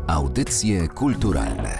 Audycje kulturalne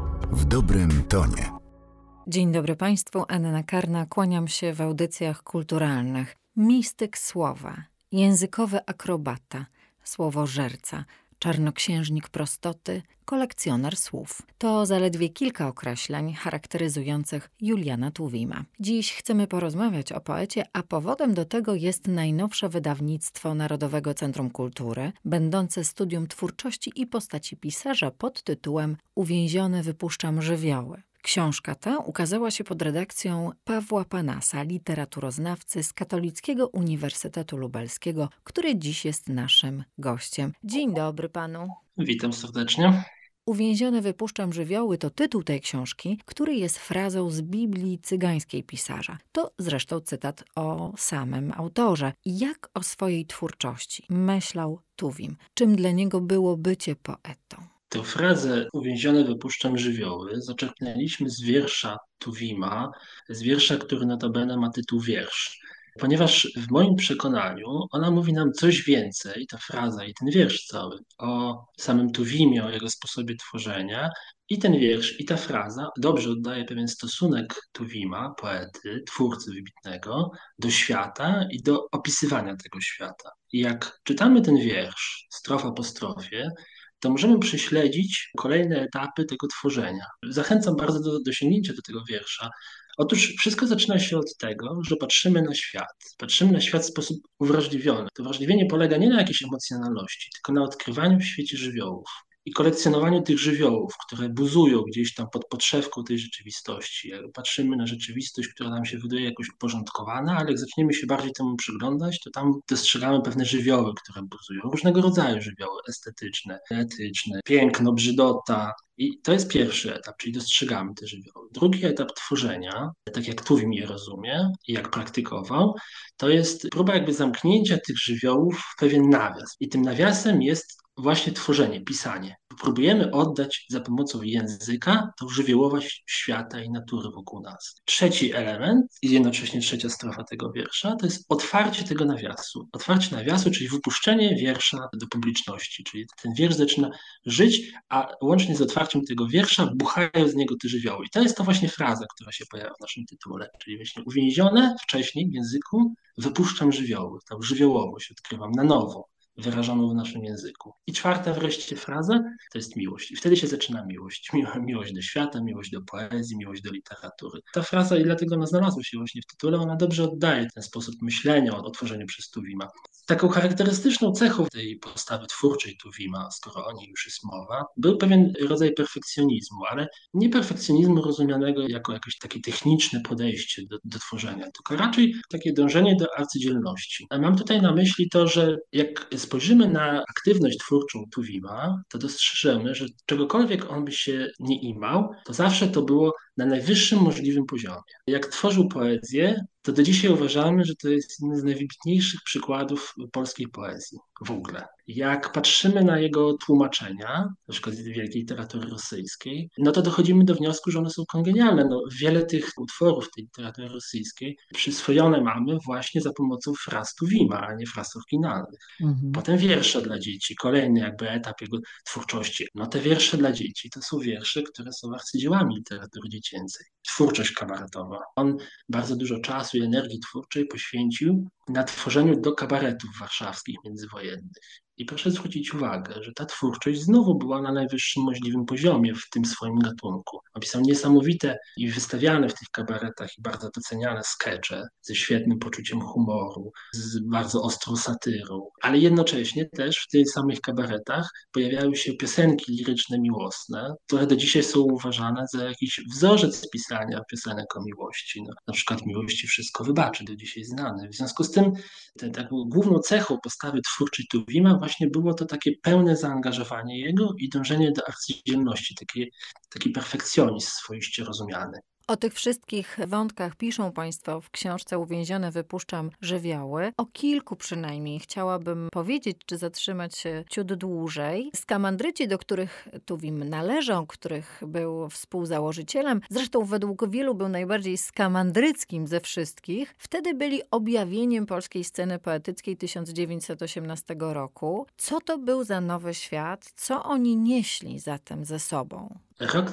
w dobrym tonie. Dzień dobry Państwu, Anna Karna, kłaniam się w audycjach kulturalnych. Mistyk słowa, językowy akrobata, słowożerca, czarnoksiężnik prostoty, kolekcjoner słów. To zaledwie kilka określeń charakteryzujących Juliana Tuwima. Dziś chcemy porozmawiać o poecie, a powodem do tego jest najnowsze wydawnictwo Narodowego Centrum Kultury, będące studium twórczości i postaci pisarza pod tytułem Uwięziony wypuszczam żywioły. Książka ta ukazała się pod redakcją Pawła Panasa, literaturoznawcy z Katolickiego Uniwersytetu Lubelskiego, który dziś jest naszym gościem. Dzień dobry panu. Witam serdecznie. Uwięziony wypuszczam żywioły to tytuł tej książki, który jest frazą z Biblii cygańskiej pisarza. To zresztą cytat o samym autorze. Jak o swojej twórczości myślał Tuwim? Czym dla niego było bycie poetą? Tę frazę uwięzione wypuszczam żywioły zaczerpnęliśmy z wiersza Tuwima, z wiersza, który notabene ma tytuł wiersz. Ponieważ w moim przekonaniu ona mówi nam coś więcej, ta fraza i ten wiersz cały, o samym Tuwimie, o jego sposobie tworzenia. I ten wiersz, i ta fraza dobrze oddaje pewien stosunek Tuwima, poety, twórcy wybitnego, do świata i do opisywania tego świata. I jak czytamy ten wiersz, strofa po strofie, to możemy prześledzić kolejne etapy tego tworzenia. Zachęcam bardzo do sięgnięcia do tego wiersza. Otóż wszystko zaczyna się od tego, że patrzymy na świat. Patrzymy na świat w sposób uwrażliwiony. To wrażliwienie polega nie na jakiejś emocjonalności, tylko na odkrywaniu w świecie żywiołów i kolekcjonowaniu tych żywiołów, które buzują gdzieś tam pod podszewką tej rzeczywistości. Jak patrzymy na rzeczywistość, która nam się wydaje jakoś uporządkowana, ale jak zaczniemy się bardziej temu przyglądać, to tam dostrzegamy pewne żywioły, które buzują. Różnego rodzaju żywioły estetyczne, etyczne, piękno, brzydota. I to jest pierwszy etap, czyli dostrzegamy te żywioły. Drugi etap tworzenia, tak jak Tuwim je rozumie i jak praktykował, to jest próba jakby zamknięcia tych żywiołów w pewien nawias. I tym nawiasem jest właśnie tworzenie, pisanie. Próbujemy oddać za pomocą języka tą żywiołowość świata i natury wokół nas. Trzeci element i jednocześnie trzecia strofa tego wiersza to jest otwarcie tego nawiasu. Otwarcie nawiasu, czyli wypuszczenie wiersza do publiczności, czyli ten wiersz zaczyna żyć, a łącznie z otwarciem tego wiersza buchają z niego te żywioły. I to jest to właśnie fraza, która się pojawia w naszym tytule, czyli właśnie uwięzione wcześniej w języku wypuszczam żywioły, tą żywiołowość odkrywam na nowo, wyrażoną w naszym języku. I czwarta wreszcie fraza to jest miłość. I wtedy się zaczyna miłość. Miłość do świata, miłość do poezji, miłość do literatury. Ta fraza i dlatego ona znalazła się właśnie w tytule, ona dobrze oddaje ten sposób myślenia o tworzeniu przez Tuwima. Taką charakterystyczną cechą tej postawy twórczej Tuwima, skoro o niej już jest mowa, był pewien rodzaj perfekcjonizmu, ale nie perfekcjonizmu rozumianego jako jakieś takie techniczne podejście do tworzenia, tylko raczej takie dążenie do arcydzielności. A mam tutaj na myśli to, że jak spojrzymy na aktywność twórczą Tuwima, to dostrzeżemy, że czegokolwiek on by się nie imał, to zawsze to było na najwyższym możliwym poziomie. Jak tworzył poezję, to do dzisiaj uważamy, że to jest jeden z najwybitniejszych przykładów polskiej poezji w ogóle. Jak patrzymy na jego tłumaczenia, na przykład z wielkiej literatury rosyjskiej, no to dochodzimy do wniosku, że one są kongenialne. No, wiele tych utworów tej literatury rosyjskiej przyswojone mamy właśnie za pomocą fraz Tuwima, a nie fraz oryginalnych. Potem wiersze dla dzieci, kolejny jakby etap jego twórczości. No te wiersze dla dzieci to są wiersze, które są arcydziełami literatury dziecięcej. Twórczość kabaretowa. On bardzo dużo czasu i energii twórczej poświęcił na tworzeniu do kabaretów warszawskich międzywojennych. I proszę zwrócić uwagę, że ta twórczość znowu była na najwyższym możliwym poziomie w tym swoim gatunku. Opisał niesamowite i wystawiane w tych kabaretach i bardzo doceniane skecze ze świetnym poczuciem humoru, z bardzo ostrą satyrą, ale jednocześnie też w tych samych kabaretach pojawiały się piosenki liryczne, miłosne, które do dzisiaj są uważane za jakiś wzorzec pisania piosenek o miłości. No, na przykład Miłości wszystko wybaczy, do dzisiaj znany. W związku z tym taką główną cechą postawy twórczej Tuwima właśnie było to takie pełne zaangażowanie jego i dążenie do arcydzielności, taki perfekcjonizm swoiście rozumiany. O tych wszystkich wątkach piszą Państwo w książce Uwięzione wypuszczam żywioły. O kilku przynajmniej chciałabym powiedzieć, czy zatrzymać się ciut dłużej. Skamandryci, do których Tuwim należał, których był współzałożycielem, zresztą według wielu był najbardziej skamandryckim ze wszystkich, wtedy byli objawieniem polskiej sceny poetyckiej 1918 roku. Co to był za nowy świat? Co oni nieśli zatem ze sobą? Rok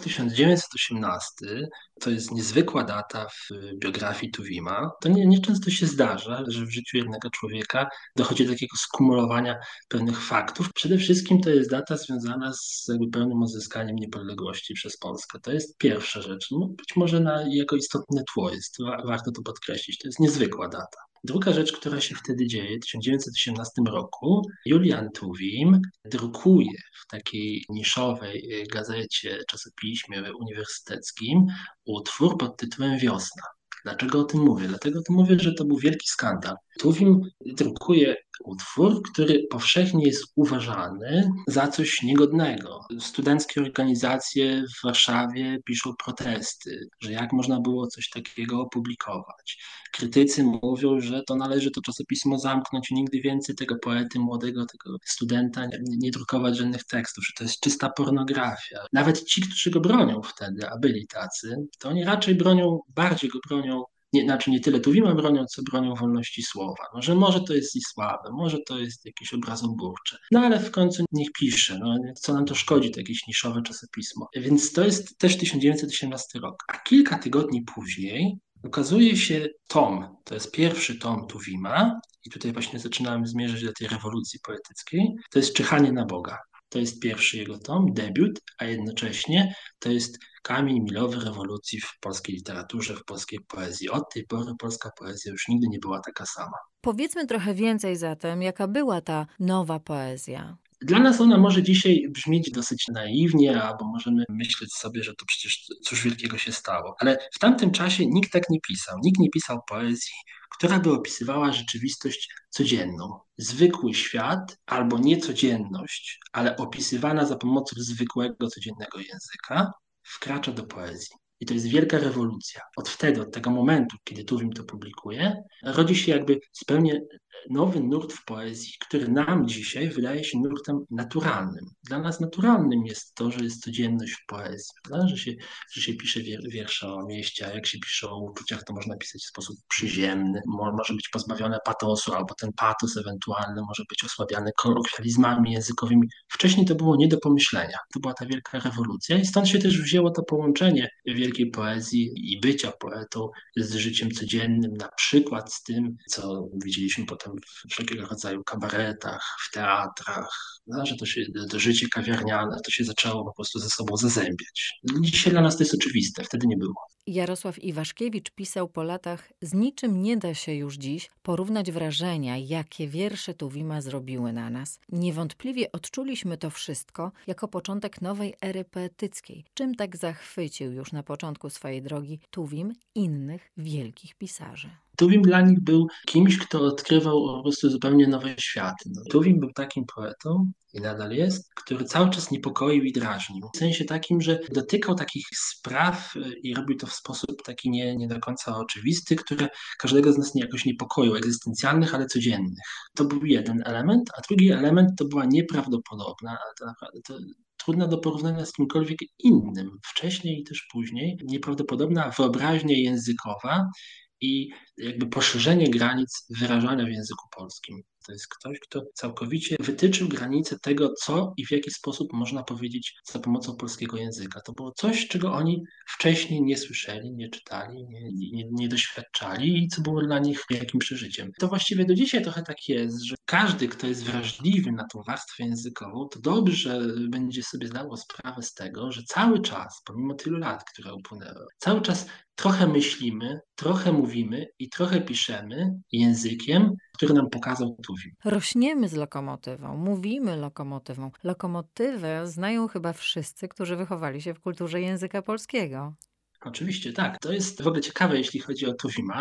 1918 to jest niezwykła data w biografii Tuwima. To nieczęsto się zdarza, że w życiu jednego człowieka dochodzi do takiego skumulowania pewnych faktów. Przede wszystkim to jest data związana z jakby pełnym odzyskaniem niepodległości przez Polskę. To jest pierwsza rzecz. No, być może na jego istotne tło jest, warto to podkreślić. To jest niezwykła data. Druga rzecz, która się wtedy dzieje, w 1918 roku, Julian Tuwim drukuje w takiej niszowej gazecie, czasopiśmie uniwersyteckim utwór pod tytułem Wiosna. Dlaczego o tym mówię? Dlatego o tym mówię, że to był wielki skandal. Tuwim drukuje utwór, który powszechnie jest uważany za coś niegodnego. Studenckie organizacje w Warszawie piszą protesty, że jak można było coś takiego opublikować. Krytycy mówią, że to należy to czasopismo zamknąć i nigdy więcej tego poety młodego, tego studenta nie drukować żadnych tekstów, że to jest czysta pornografia. Nawet ci, którzy go bronią wtedy, a byli tacy, to oni raczej bardziej go bronią nie tyle Tuwima bronią, co bronią wolności słowa. No, że może to jest i słabe, może to jest jakieś obrazoburcze. No ale w końcu niech pisze, no, co nam to szkodzi, to jakieś niszowe czasopismo. Więc to jest też 1918 rok. A kilka tygodni później ukazuje się tom, to jest pierwszy tom Tuwima i tutaj właśnie zaczynamy zmierzać do tej rewolucji poetyckiej. To jest Czyhanie na Boga. To jest pierwszy jego tom, debiut, a jednocześnie to jest kamień milowy rewolucji w polskiej literaturze, w polskiej poezji. Od tej pory polska poezja już nigdy nie była taka sama. Powiedzmy trochę więcej zatem, jaka była ta nowa poezja. Dla nas ona może dzisiaj brzmieć dosyć naiwnie, albo możemy myśleć sobie, że to przecież cóż wielkiego się stało. Ale w tamtym czasie nikt tak nie pisał. Nikt nie pisał poezji, która by opisywała rzeczywistość codzienną. Zwykły świat, albo nie codzienność, ale opisywana za pomocą zwykłego, codziennego języka, wkracza do poezji. I to jest wielka rewolucja. Od tego momentu, kiedy Tuwim to publikuje, rodzi się jakby zupełnie nowy nurt w poezji, który nam dzisiaj wydaje się nurtem naturalnym. Dla nas naturalnym jest to, że jest codzienność w poezji, prawda? Że się pisze wiersze o mieście, a jak się pisze o uczuciach, to można pisać w sposób przyziemny, może być pozbawione patosu, albo ten patos ewentualny może być osłabiany kolokwializmami językowymi. Wcześniej to było nie do pomyślenia. To była ta wielka rewolucja i stąd się też wzięło to połączenie wielkiej poezji i bycia poetą z życiem codziennym, na przykład z tym, co widzieliśmy potem w wszelkiego rodzaju kabaretach, w teatrach, no, że to życie kawiarniane, to się zaczęło po prostu ze sobą zazębiać. Dzisiaj dla nas to jest oczywiste, wtedy nie było. Jarosław Iwaszkiewicz pisał po latach: z niczym nie da się już dziś porównać wrażenia, jakie wiersze Tuwima zrobiły na nas. Niewątpliwie odczuliśmy to wszystko jako początek nowej ery poetyckiej. Czym tak zachwycił już na początku swojej drogi Tuwim innych wielkich pisarzy? Tuwim dla nich był kimś, kto odkrywał po prostu zupełnie nowe światy. No, Tuwim był takim poetą, i nadal jest, który cały czas niepokoił i drażnił. W sensie takim, że dotykał takich spraw i robił to w sposób taki nie do końca oczywisty, które każdego z nas jakoś niepokoił, egzystencjalnych, ale codziennych. To był jeden element, a drugi element to była nieprawdopodobna, a to naprawdę trudna do porównania z kimkolwiek innym, wcześniej i też później, nieprawdopodobna wyobraźnia językowa i jakby poszerzenie granic wyrażania w języku polskim. To jest ktoś, kto całkowicie wytyczył granice tego, co i w jaki sposób można powiedzieć za pomocą polskiego języka. To było coś, czego oni wcześniej nie słyszeli, nie czytali, nie doświadczali i co było dla nich wielkim przeżyciem. To właściwie do dzisiaj trochę tak jest, że każdy, kto jest wrażliwy na tą warstwę językową, to dobrze będzie sobie zdało sprawę z tego, że cały czas, pomimo tylu lat, które upłynęły, cały czas trochę myślimy, trochę mówimy i trochę piszemy językiem, który nam pokazał Tuwim. Rośniemy z lokomotywą, mówimy lokomotywą. Lokomotywę znają chyba wszyscy, którzy wychowali się w kulturze języka polskiego. Oczywiście tak. To jest w ogóle ciekawe, jeśli chodzi o Tuwima,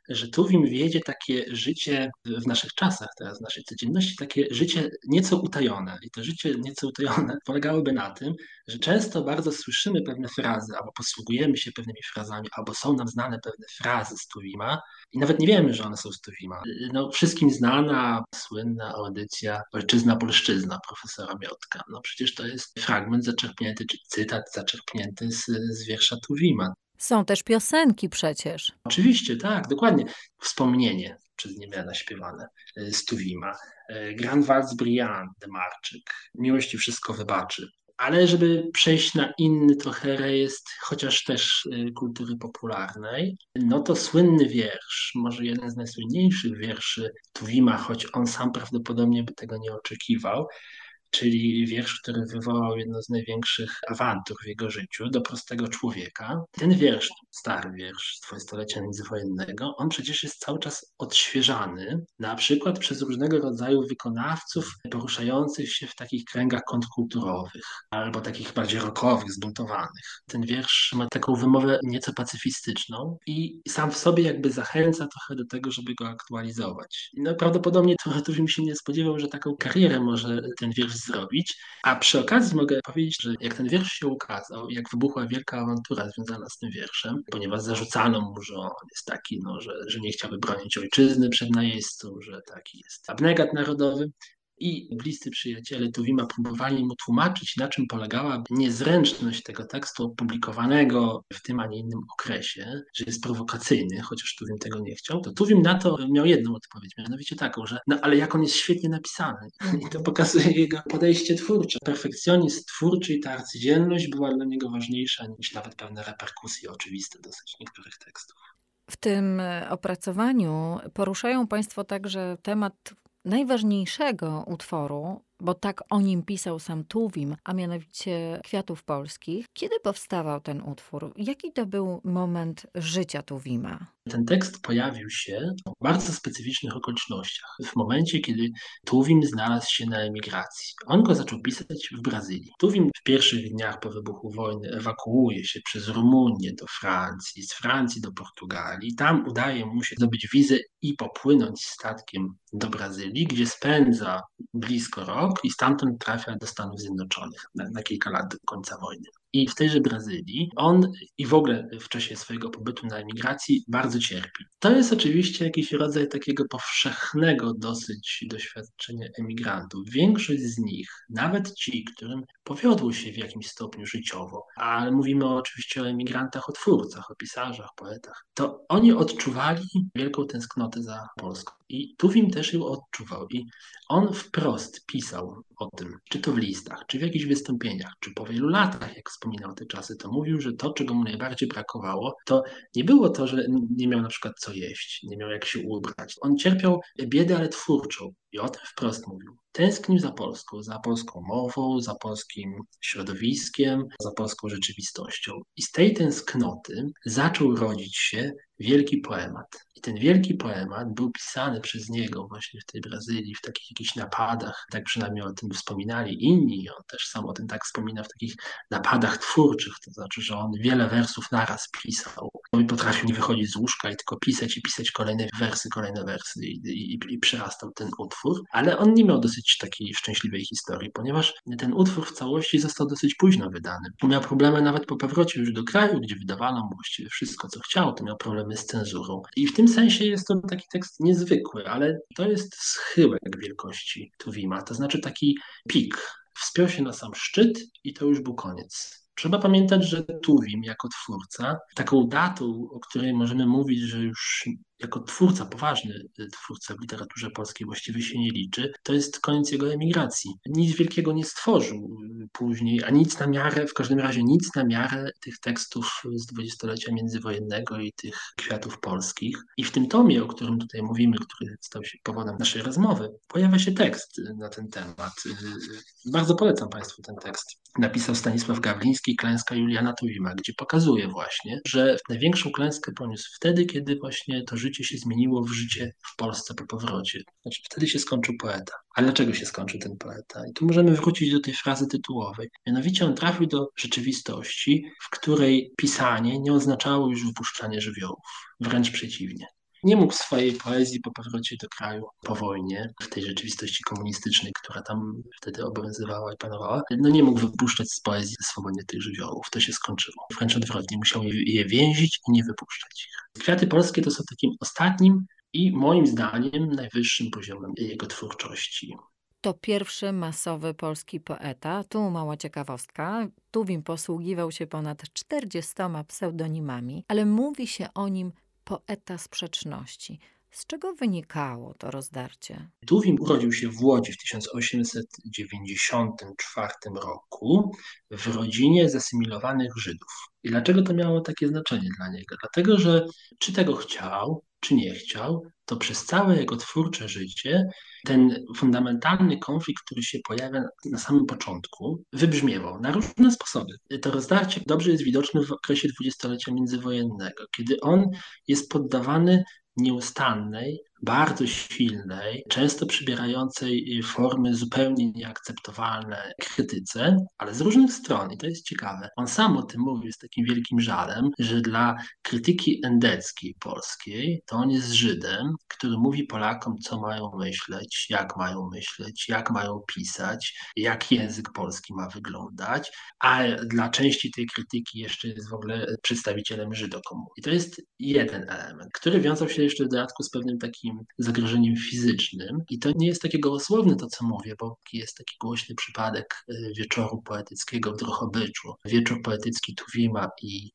że Tuwim wiedzie takie życie w naszych czasach teraz, w naszej codzienności, takie życie nieco utajone. I to życie nieco utajone polegałoby na tym, że często bardzo słyszymy pewne frazy, albo posługujemy się pewnymi frazami, albo są nam znane pewne frazy z Tuwima i nawet nie wiemy, że one są z Tuwima. No, wszystkim znana, słynna audycja Ojczyzna-Polszczyzna profesora Miotka. No przecież to jest fragment zaczerpnięty, czy cytat zaczerpnięty z wiersza Tuwima. Są też piosenki przecież. Oczywiście, tak, dokładnie. Wspomnienie przez Niemena śpiewane z Tuwima. Grand Waltz Briand, Demarczyk. Miłości wszystko wybaczy. Ale żeby przejść na inny trochę rejestr, chociaż też kultury popularnej, no to słynny wiersz, może jeden z najsłynniejszych wierszy Tuwima, choć on sam prawdopodobnie by tego nie oczekiwał, czyli wiersz, który wywołał jedno z największych awantur w jego życiu, Do prostego człowieka. Ten wiersz, stary wiersz z dwudziestolecia międzywojennego, on przecież jest cały czas odświeżany, na przykład przez różnego rodzaju wykonawców poruszających się w takich kręgach kontrkulturowych, albo takich bardziej rockowych, zbuntowanych. Ten wiersz ma taką wymowę nieco pacyfistyczną i sam w sobie jakby zachęca trochę do tego, żeby go aktualizować. No prawdopodobnie trochę mi się nie spodziewał, że taką karierę może ten wiersz zrobić. A przy okazji mogę powiedzieć, że jak ten wiersz się ukazał, jak wybuchła wielka awantura związana z tym wierszem, ponieważ zarzucano mu, że on jest taki, no, że nie chciałby bronić ojczyzny przed najeźdźcą, że taki jest abnegat narodowy. I bliscy przyjaciele Tuwima próbowali mu tłumaczyć, na czym polegała niezręczność tego tekstu opublikowanego w tym, a nie innym okresie, że jest prowokacyjny, chociaż Tuwim tego nie chciał. To Tuwim na to miał jedną odpowiedź, mianowicie taką, że no ale jak on jest świetnie napisany. I to pokazuje jego podejście twórcze. Perfekcjonizm twórczy i ta arcydzielność była dla niego ważniejsza niż nawet pewne reperkusje oczywiste dosyć niektórych tekstów. W tym opracowaniu poruszają Państwo także temat najważniejszego utworu, bo tak o nim pisał sam Tuwim, a mianowicie Kwiatów Polskich. Kiedy powstawał ten utwór? Jaki to był moment życia Tuwima? Ten tekst pojawił się w bardzo specyficznych okolicznościach. W momencie, kiedy Tuwim znalazł się na emigracji. On go zaczął pisać w Brazylii. Tuwim w pierwszych dniach po wybuchu wojny ewakuuje się przez Rumunię do Francji, z Francji do Portugalii. Tam udaje mu się zdobyć wizę i popłynąć statkiem do Brazylii, gdzie spędza blisko rok i stamtąd trafia do Stanów Zjednoczonych na kilka lat do końca wojny. I w tejże Brazylii on i w ogóle w czasie swojego pobytu na emigracji bardzo cierpi. To jest oczywiście jakiś rodzaj takiego powszechnego dosyć doświadczenia emigrantów. Większość z nich, nawet ci, którym powiodło się w jakimś stopniu życiowo, ale mówimy oczywiście o emigrantach, o twórcach, o pisarzach, poetach, to oni odczuwali wielką tęsknotę za Polską. I Tuwim też ją odczuwał. I on wprost pisał o tym, czy to w listach, czy w jakichś wystąpieniach, czy po wielu latach, jak wspominał te czasy, to mówił, że to, czego mu najbardziej brakowało, to nie było to, że nie miał na przykład co jeść, nie miał jak się ubrać. On cierpiał biedę, ale twórczą. I o tym wprost mówił. Tęsknił za polską mową, za polskim środowiskiem, za polską rzeczywistością. I z tej tęsknoty zaczął rodzić się wielki poemat. I ten wielki poemat był pisany przez niego właśnie w tej Brazylii, w takich jakichś napadach, tak przynajmniej o tym wspominali inni, i on też sam o tym tak wspomina, w takich napadach twórczych, to znaczy, że on wiele wersów naraz pisał. On nie potrafił nie wychodzić z łóżka i tylko pisać i pisać kolejne wersy i przerastał ten utwór, ale on nie miał dosyć takiej szczęśliwej historii, ponieważ ten utwór w całości został dosyć późno wydany. Miał problemy nawet po powrocie już do kraju, gdzie wydawano mu właściwie wszystko, co chciał, to miał problemy z cenzurą. I w tym sensie jest to taki tekst niezwykły, ale to jest schyłek wielkości Tuwima, to znaczy taki pik. Wspiął się na sam szczyt i to już był koniec. Trzeba pamiętać, że Tuwim jako twórca, taką datą, o której możemy mówić, że już jako twórca, poważny twórca w literaturze polskiej właściwie się nie liczy, to jest koniec jego emigracji. Nic wielkiego nie stworzył później, a nic na miarę, w każdym razie nic na miarę tych tekstów z dwudziestolecia międzywojennego i tych Kwiatów Polskich. I w tym tomie, o którym tutaj mówimy, który stał się powodem naszej rozmowy, pojawia się tekst na ten temat. Bardzo polecam Państwu ten tekst. Napisał Stanisław Gawliński, Klęska Juliana Tuwima, gdzie pokazuje właśnie, że największą klęskę poniósł wtedy, kiedy właśnie to życie się zmieniło w życie w Polsce po powrocie. Znaczy wtedy się skończył poeta. Ale dlaczego się skończył ten poeta? I tu możemy wrócić do tej frazy tytułowej. Mianowicie on trafił do rzeczywistości, w której pisanie nie oznaczało już wypuszczanie żywiołów. Wręcz przeciwnie. nie mógł swojej poezji po powrocie do kraju po wojnie, w tej rzeczywistości komunistycznej, która tam wtedy obowiązywała i panowała, no nie mógł wypuszczać z poezji swobodnie tych żywiołów. To się skończyło. Wręcz odwrotnie, musiał je więzić i nie wypuszczać ich. Kwiaty polskie to są takim ostatnim i moim zdaniem najwyższym poziomem jego twórczości. To pierwszy masowy polski poeta. Tu mała ciekawostka. Tuwim posługiwał się ponad 40 pseudonimami, ale mówi się o nim poeta sprzeczności. Z czego wynikało to rozdarcie? Tuwim urodził się w Łodzi w 1894 roku w rodzinie zasymilowanych Żydów. I dlaczego to miało takie znaczenie dla niego? Dlatego, że czy tego chciał, czy nie chciał, to przez całe jego twórcze życie ten fundamentalny konflikt, który się pojawia na samym początku, wybrzmiewał na różne sposoby. To rozdarcie dobrze jest widoczne w okresie dwudziestolecia międzywojennego, kiedy on jest poddawany nieustannej, bardzo silnej, często przybierającej formy zupełnie nieakceptowalne krytyce, ale z różnych stron. I to jest ciekawe. On sam o tym mówił z takim wielkim żalem, że dla krytyki endeckiej polskiej to on jest Żydem, który mówi Polakom, co mają myśleć, jak mają pisać, jak język polski ma wyglądać, a dla części tej krytyki jeszcze jest w ogóle przedstawicielem Żydokomunii. I to jest jeden element, który wiązał się jeszcze w dodatku z pewnym takim zagrożeniem fizycznym. I to nie jest takie gołosłowne to, co mówię, bo jest taki głośny przypadek wieczoru poetyckiego w Drohobyczu. Wieczór poetycki Tuwima i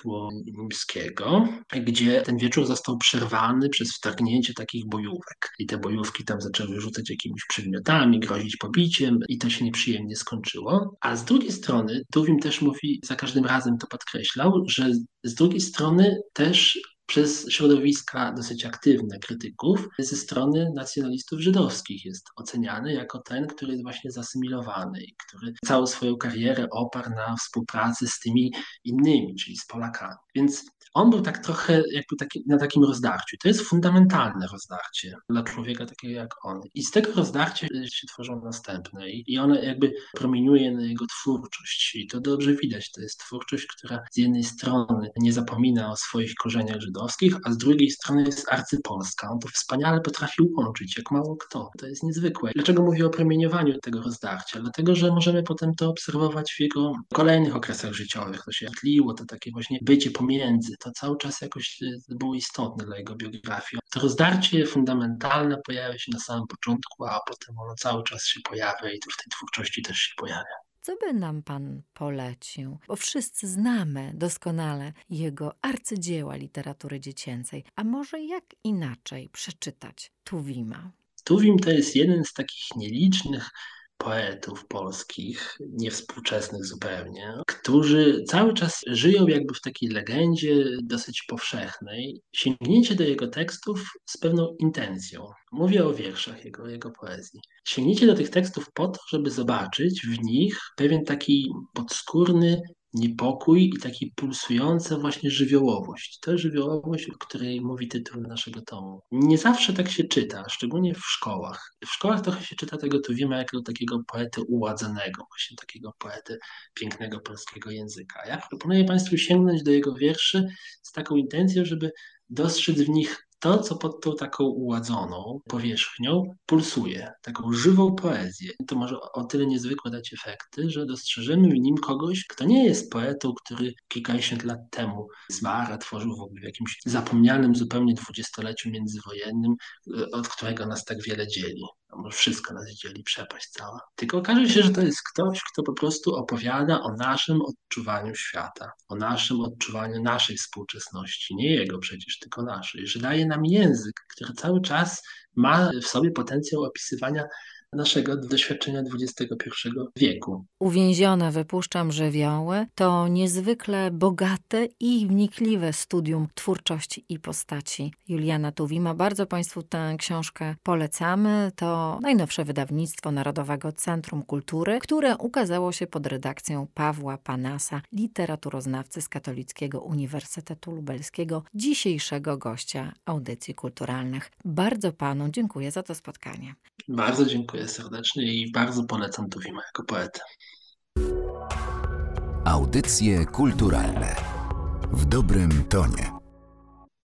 Słomskiego, gdzie ten wieczór został przerwany przez wtargnięcie takich bojówek. I te bojówki tam zaczęły rzucać jakimiś przedmiotami, grozić pobiciem i to się nieprzyjemnie skończyło. A z drugiej strony Tuwim też mówi, za każdym razem to podkreślał, że z drugiej strony też przez środowiska dosyć aktywne krytyków ze strony nacjonalistów żydowskich jest oceniany jako ten, który jest właśnie zasymilowany i który całą swoją karierę oparł na współpracy z tymi innymi, czyli z Polakami. Więc on był tak trochę jakby na takim rozdarciu. To jest fundamentalne rozdarcie dla człowieka takiego jak on. I z tego rozdarcia się tworzą następne i one jakby promieniuje na jego twórczość. I to dobrze widać. To jest twórczość, która z jednej strony nie zapomina o swoich korzeniach żydowskich, a z drugiej strony jest arcypolska. On to wspaniale potrafił łączyć, jak mało kto. To jest niezwykłe. Dlaczego mówię o promieniowaniu tego rozdarcia? Dlatego, że możemy potem to obserwować w jego kolejnych okresach życiowych. To się tliło, to takie właśnie bycie pomiędzy. To cały czas jakoś było istotne dla jego biografii. To rozdarcie fundamentalne pojawia się na samym początku, a potem ono cały czas się pojawia i to w tej twórczości też się pojawia. Co by nam pan polecił? Bo wszyscy znamy doskonale jego arcydzieła literatury dziecięcej. A może jak inaczej przeczytać Tuwima? Tuwim to jest jeden z takich nielicznych poetów polskich, niewspółczesnych zupełnie, którzy cały czas żyją jakby w takiej legendzie dosyć powszechnej. Sięgnięcie do jego tekstów z pewną intencją. Mówię o wierszach jego poezji. Sięgnijcie do tych tekstów po to, żeby zobaczyć w nich pewien taki podskórny niepokój i taki pulsująca właśnie żywiołowość. To żywiołowość, o której mówi tytuł naszego tomu. Nie zawsze tak się czyta, szczególnie w szkołach. W szkołach trochę się czyta tego Tuwima jako takiego poety uładzonego, właśnie takiego poety pięknego polskiego języka. Ja proponuję Państwu sięgnąć do jego wierszy z taką intencją, żeby dostrzec w nich to, co pod tą taką uładzoną powierzchnią pulsuje, taką żywą poezję. To może o tyle niezwykle dać efekty, że dostrzeżemy w nim kogoś, kto nie jest poetą, który kilkadziesiąt lat temu zmarł, a tworzył w ogóle w jakimś zapomnianym zupełnie dwudziestoleciu międzywojennym, od którego nas tak wiele dzieli. Może wszystko nas dzieli, przepaść cała. Tylko okaże się, że to jest ktoś, kto po prostu opowiada o naszym odczuwaniu świata, o naszym odczuwaniu naszej współczesności, nie jego przecież, tylko naszej, że daje nam język, który cały czas ma w sobie potencjał opisywania naszego doświadczenia XXI wieku. Uwięzione wypuszczam żywioły to niezwykle bogate i wnikliwe studium twórczości i postaci Juliana Tuwima. Bardzo Państwu tę książkę polecamy. To najnowsze wydawnictwo Narodowego Centrum Kultury, które ukazało się pod redakcją Pawła Panasa, literaturoznawcy z Katolickiego Uniwersytetu Lubelskiego, dzisiejszego gościa audycji kulturalnych. Bardzo Panu dziękuję za to spotkanie. Bardzo dziękuję serdecznie i bardzo polecam Tuwima jako poetę. Audycje kulturalne w dobrym tonie.